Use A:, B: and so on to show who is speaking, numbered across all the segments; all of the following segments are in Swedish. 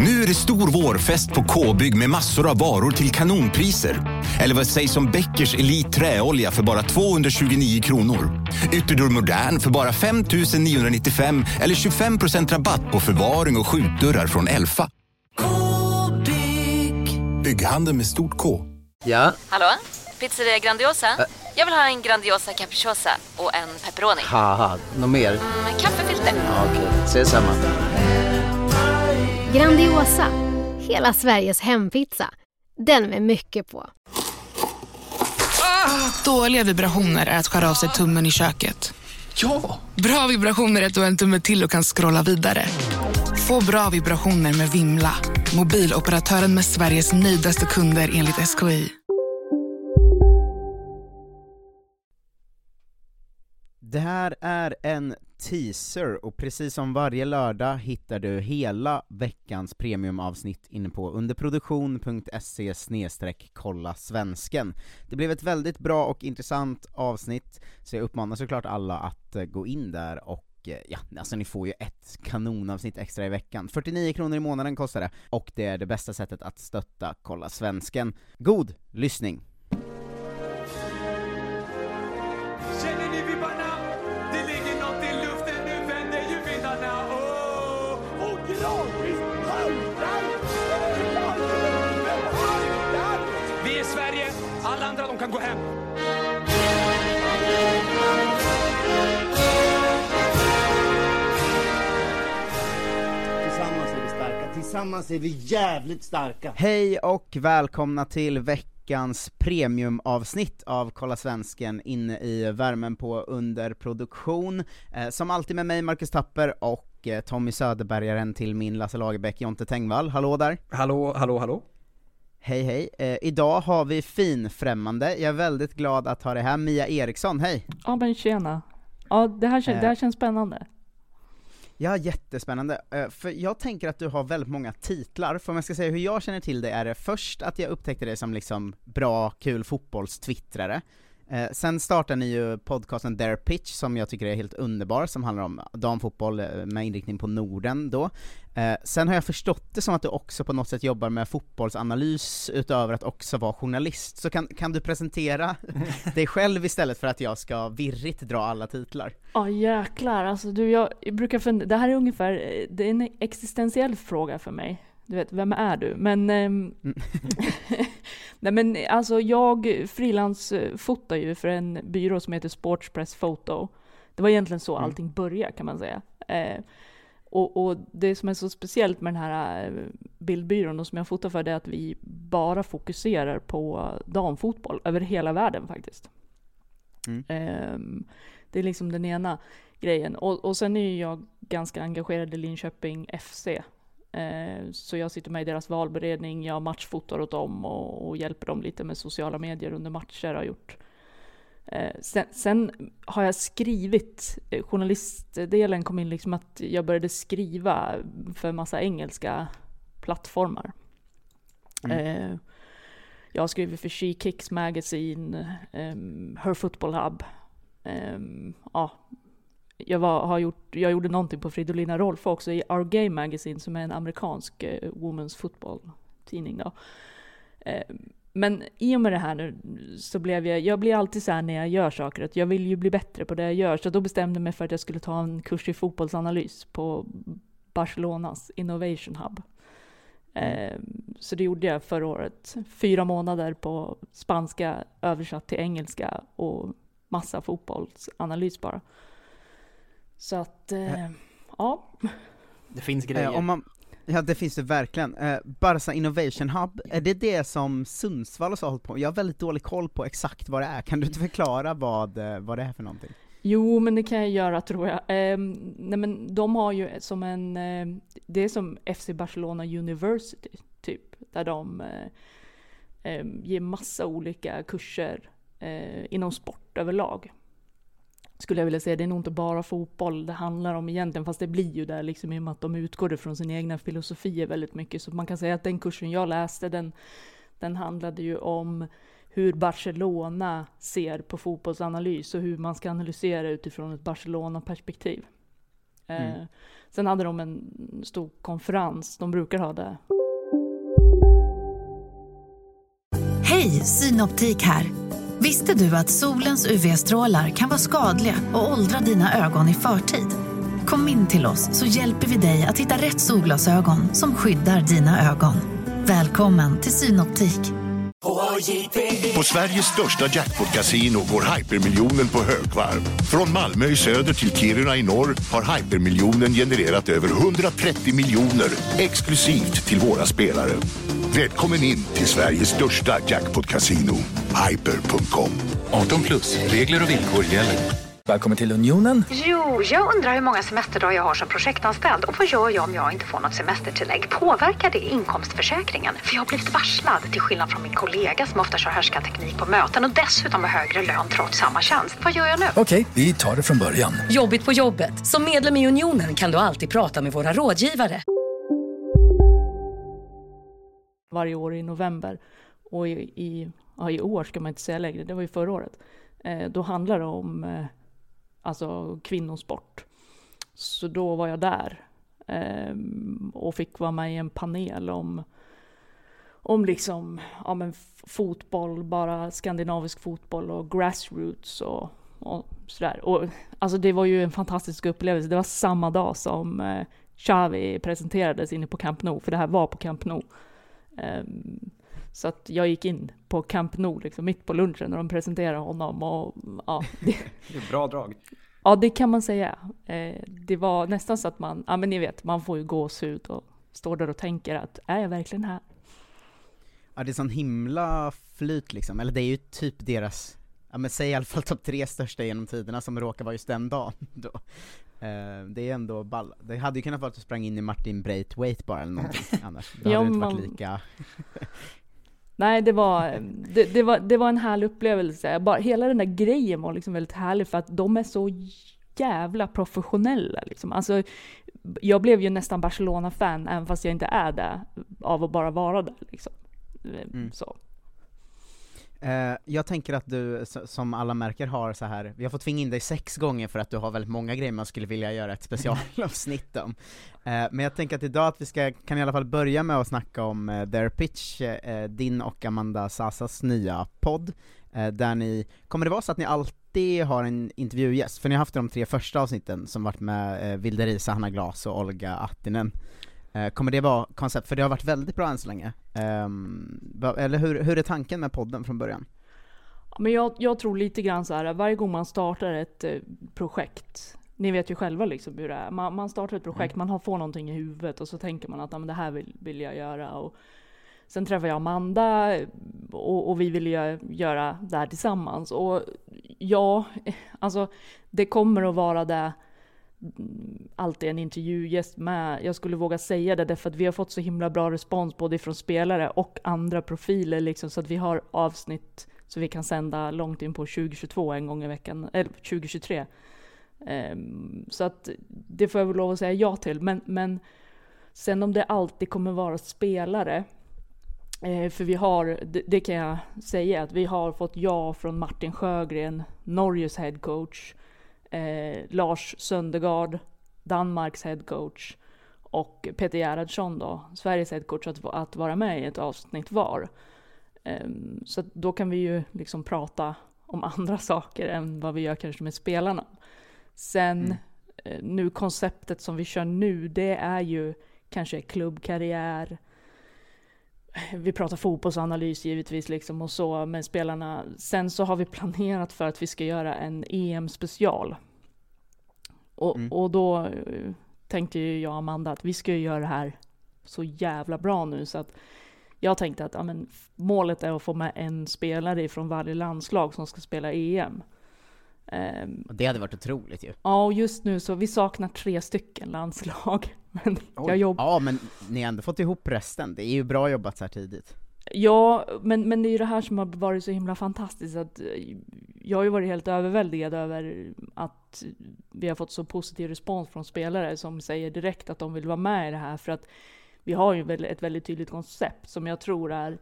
A: Nu är det stor vårfest på K-bygg med massor av varor till kanonpriser. Eller vad sägs om Bäckers Elite träolja för bara 229 kronor. Ytterdörr Modern för bara 5 995 eller 25% rabatt på förvaring och skjutdörrar från Elfa. K-bygg. Bygghandeln med stort K.
B: Ja?
C: Hallå? Pizzeria Grandiosa? Jag vill ha en Grandiosa capriciosa och en pepperoni.
B: Haha, något mer?
C: Kaffefilter.
B: Ja, okej, ses samma.
D: Grandiosa, hela Sveriges hempizza. Den med mycket på.
E: Dåliga vibrationer är att skära av sig tummen i köket.
A: Ja!
E: Bra vibrationer är att du har en tumme till och kan scrolla vidare. Få bra vibrationer med Vimla. Mobiloperatören med Sveriges nöjdaste kunder enligt SKI.
F: Det här är en teaser och precis som varje lördag hittar du hela veckans premiumavsnitt inne på underproduktion.se/kolla svensken. Det blev ett väldigt bra och intressant avsnitt, så jag uppmanar såklart alla att gå in där och alltså ni får ju ett kanonavsnitt extra i veckan. 49 kronor i månaden kostar det och det är det bästa sättet att stötta Kolla svensken. God lyssning!
G: Vi är Sverige, alla andra de kan gå hem.
H: Tillsammans är vi starka, tillsammans är vi jävligt starka.
F: Hej och välkomna till veckans premiumavsnitt av Kolla svensken inne i värmen på Underproduktion. Som alltid med mig Marcus Tapper och Tommy Söderbergaren till min Lasse Lagerbäck, Jonte Tengvall. Hallå där.
I: Hallå.
F: Hej. Idag har vi finfrämmande. Jag är väldigt glad att ha det här. Mia Eriksson, hej.
J: Ja men tjena. Ja det här känns spännande.
F: Ja, jättespännande. För jag tänker att du har väldigt många titlar. För om jag ska säga hur jag känner till det är det först att jag upptäckte det som liksom bra, kul fotbollstwittrare. Sen startar ni ju podcasten Their Pitch som jag tycker är helt underbar, som handlar om damfotboll med inriktning på Norden då. Sen har jag förstått det som att du också på något sätt jobbar med fotbollsanalys utöver att också vara journalist. Så kan du presentera dig själv istället för att jag ska virrigt dra alla titlar?
J: Ja jäklar, alltså jag brukar fundera, det här är ungefär, det är en existentiell fråga för mig. Du vet, vem är du? Men nej men alltså jag frilansfotar ju för en byrå som heter Sportspress Photo. Det var egentligen så allting började kan man säga. Och det som är så speciellt med den här bildbyrån och som jag fotar för det är att vi bara fokuserar på damfotboll över hela världen faktiskt. Det är liksom den ena grejen. Och sen är jag ganska engagerad i Linköping FC. Så jag sitter med i deras valberedning, jag matchfotar åt dem och hjälper dem lite med sociala medier under matcher har gjort. Sen har jag skrivit, journalistdelen kom in liksom att jag började skriva för en massa engelska plattformar. Jag har skrivit för She Kicks Magazine, Her Football Hub. Jag gjorde någonting på Fridolina Rolf också i Our Game Magazine som är en amerikansk women's football-tidning då. Men i och med det här nu så jag blir alltid så här när jag gör saker att jag vill ju bli bättre på det jag gör, så då bestämde jag mig för att jag skulle ta en kurs i fotbollsanalys på Barcelonas Innovation Hub. Så det gjorde jag förra året. 4 månader på spanska översatt till engelska och massa fotbollsanalys bara. Så att, ja.
I: Det finns grejer.
F: Ja, det finns det verkligen. Barca Innovation Hub, är det som Sundsvall har hållit på? Jag har väldigt dålig koll på exakt vad det är. Kan du inte förklara vad det är för någonting?
J: Jo, men det kan jag göra tror jag. Nej, men de har ju som det är som FC Barcelona University typ, där de ger massa olika kurser inom sport överlag. Skulle jag vilja säga, det är nog inte bara fotboll det handlar om egentligen, fast det blir ju där liksom i och med att de utgår från sina egna filosofier väldigt mycket. Så man kan säga att den kursen jag läste, den handlade ju om hur Barcelona ser på fotbollsanalys och hur man ska analysera utifrån ett Barcelona-perspektiv. Sen hade de en stor konferens, de brukar ha det.
K: Hej, Synoptik här. Visste du att solens UV-strålar kan vara skadliga och åldra dina ögon i förtid? Kom in till oss så hjälper vi dig att hitta rätt solglasögon som skyddar dina ögon. Välkommen till Synoptik.
L: På Sveriges största jackpot-casino går hypermiljonen på högvarv. Från Malmö i söder till Kiruna i norr har hypermiljonen genererat över 130 miljoner exklusivt till våra spelare. Välkommen in till Sveriges största jackpot-casino, hyper.com.
M: 18+, regler och villkor gäller. Välkommen till Unionen.
N: Jo, jag undrar hur många semesterdagar jag har som projektanställd och vad gör jag om jag inte får något semestertillägg? Påverkar det inkomstförsäkringen? För jag har blivit varslad, till skillnad från min kollega som ofta kör härskarteknik på möten och dessutom har högre lön trots samma tjänst. Vad gör jag nu?
M: Okej, vi tar det från början.
O: Jobbigt på jobbet. Som medlem i Unionen kan du alltid prata med våra rådgivare.
J: Varje år i november. Och i år ska man inte säga längre, det var ju förra året. Då handlar det om alltså kvinnosport. Så då var jag där och fick vara med i en panel om liksom, ja, men fotboll, bara skandinavisk fotboll och grassroots och sådär. Och alltså det var ju en fantastisk upplevelse. Det var samma dag som Xavi presenterades inne på Camp Nou, för det här var på Camp Nou. Så att jag gick in på Camp Nou liksom, mitt på lunchen när de presenterade honom. Och, ja,
I: det är bra drag.
J: Ja, det kan man säga. Det var nästan så att men ni vet, man får ju gåshud och står där och tänker att är jag verkligen här?
F: Ja, det är sån himla flyt liksom. Eller det är ju typ deras, ja men säg i alla fall topp 3 största genom tiderna som råkar vara just den dagen då. Det är ändå ball. Det hade ju kunnat vara att du sprang in i Martin Braithwaite bara eller någonting annars. Det hade inte varit lika...
J: Nej, det var en härlig upplevelse. Bara, hela den där grejen var liksom väldigt härlig för att de är så jävla professionella. Liksom. Alltså, jag blev ju nästan Barcelona-fan även fast jag inte är det av att bara vara där. Liksom. Så.
F: Jag tänker att du, som alla märker, har så här. Vi har fått tvinga in dig 6 gånger för att du har väldigt många grejer man skulle vilja göra ett specialavsnitt om. Men jag tänker att idag att vi kan i alla fall börja med att snacka om Their Pitch, din och Amanda Sasas nya podd. Där ni, kommer det vara så att ni alltid har en intervjugäst? För ni har haft de 3 första avsnitten som varit med Vilde Risa, Hanna Glas och Olga Attinen. Kommer det vara koncept? För det har varit väldigt bra än så länge. Eller hur är tanken med podden från början?
J: Ja, men jag tror lite grann så här, varje gång man startar ett projekt, ni vet ju själva liksom hur det är. Man startar ett projekt, man får någonting i huvudet och så tänker man att men det här vill jag göra. Och sen träffar jag Amanda och vi vill göra det här tillsammans. Och ja, alltså det kommer att vara det alltid en intervjugäst med. Jag skulle våga säga det därför att vi har fått så himla bra respons både från spelare och andra profiler liksom, så att vi har avsnitt så vi kan sända långt in på 2022 en gång i veckan, eller 2023. Så att det får jag väl lov att säga ja till. Men sen om det alltid kommer vara spelare, för vi har, det kan jag säga att vi har fått ja från Martin Sjögren, Norges headcoach, Lars Söndergaard, Danmarks headcoach, och Peter Gerhardsson då, Sveriges headcoach, att vara med i ett avsnitt var. Så då kan vi ju liksom prata om andra saker än vad vi gör kanske med spelarna. Sen nu konceptet som vi kör nu, det är ju kanske klubbkarriär. Vi pratar fotbollsanalys givetvis liksom och så med spelarna. Sen så har vi planerat för att vi ska göra en EM-special. Och då tänkte ju jag och Amanda att vi ska göra det här så jävla bra nu så att jag tänkte att målet är att få med en spelare från varje landslag som ska spela EM.
F: Det hade varit otroligt ju.
J: Ja, och just nu så vi saknar 3 stycken landslag. Men
F: ja, men ni har ändå fått ihop resten. Det är ju bra jobbat så här tidigt.
J: Ja, men det är ju det här som har varit så himla fantastiskt. Att jag har ju varit helt överväldigad över att vi har fått så positiv respons från spelare som säger direkt att de vill vara med i det här. För att vi har ju ett väldigt tydligt koncept som jag tror är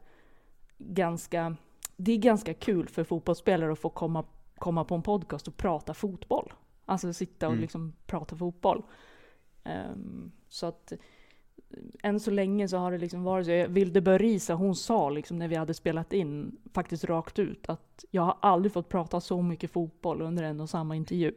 J: ganska kul för fotbollsspelare att få komma på en podcast och prata fotboll. Alltså sitta och liksom prata fotboll. Så att än så länge så har det liksom varit så. Vilde Börisa, hon sa liksom när vi hade spelat in faktiskt rakt ut att jag har aldrig fått prata så mycket fotboll under en och samma intervju.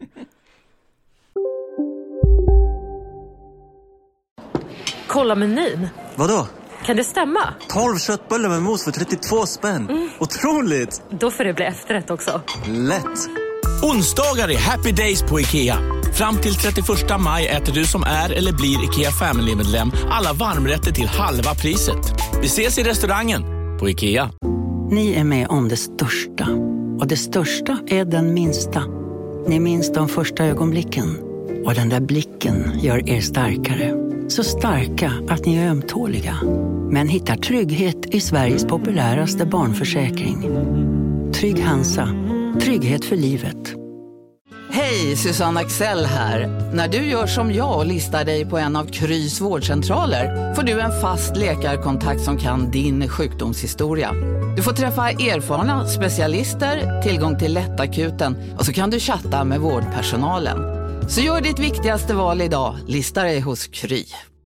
P: Kolla menyn.
Q: Vadå?
P: Kan det stämma?
Q: 12 köttbullar med mos för 32 spänn. Otroligt!
P: Då får det bli efterrätt också.
Q: Lätt!
R: Onsdagar är happy days på IKEA. Fram till 31 maj äter du som är eller blir IKEA Family-medlem alla varmrätter till halva priset. Vi ses i restaurangen på IKEA.
S: Ni är med om det största. Och det största är den minsta. Ni minns de första ögonblicken. Och den där blicken gör er starkare. Så starka att ni är ömtåliga. Men hittar trygghet i Sveriges populäraste barnförsäkring. Trygg Hansa. Trygghet för livet.
T: Hej, Susanne Axel här. När du gör som jag och listar dig på en av Krys vårdcentraler får du en fast läkarkontakt som kan din sjukdomshistoria. Du får träffa erfarna specialister, tillgång till lättakuten och så kan du chatta med vårdpersonalen. Så gör ditt viktigaste val idag, lista dig hos Kry.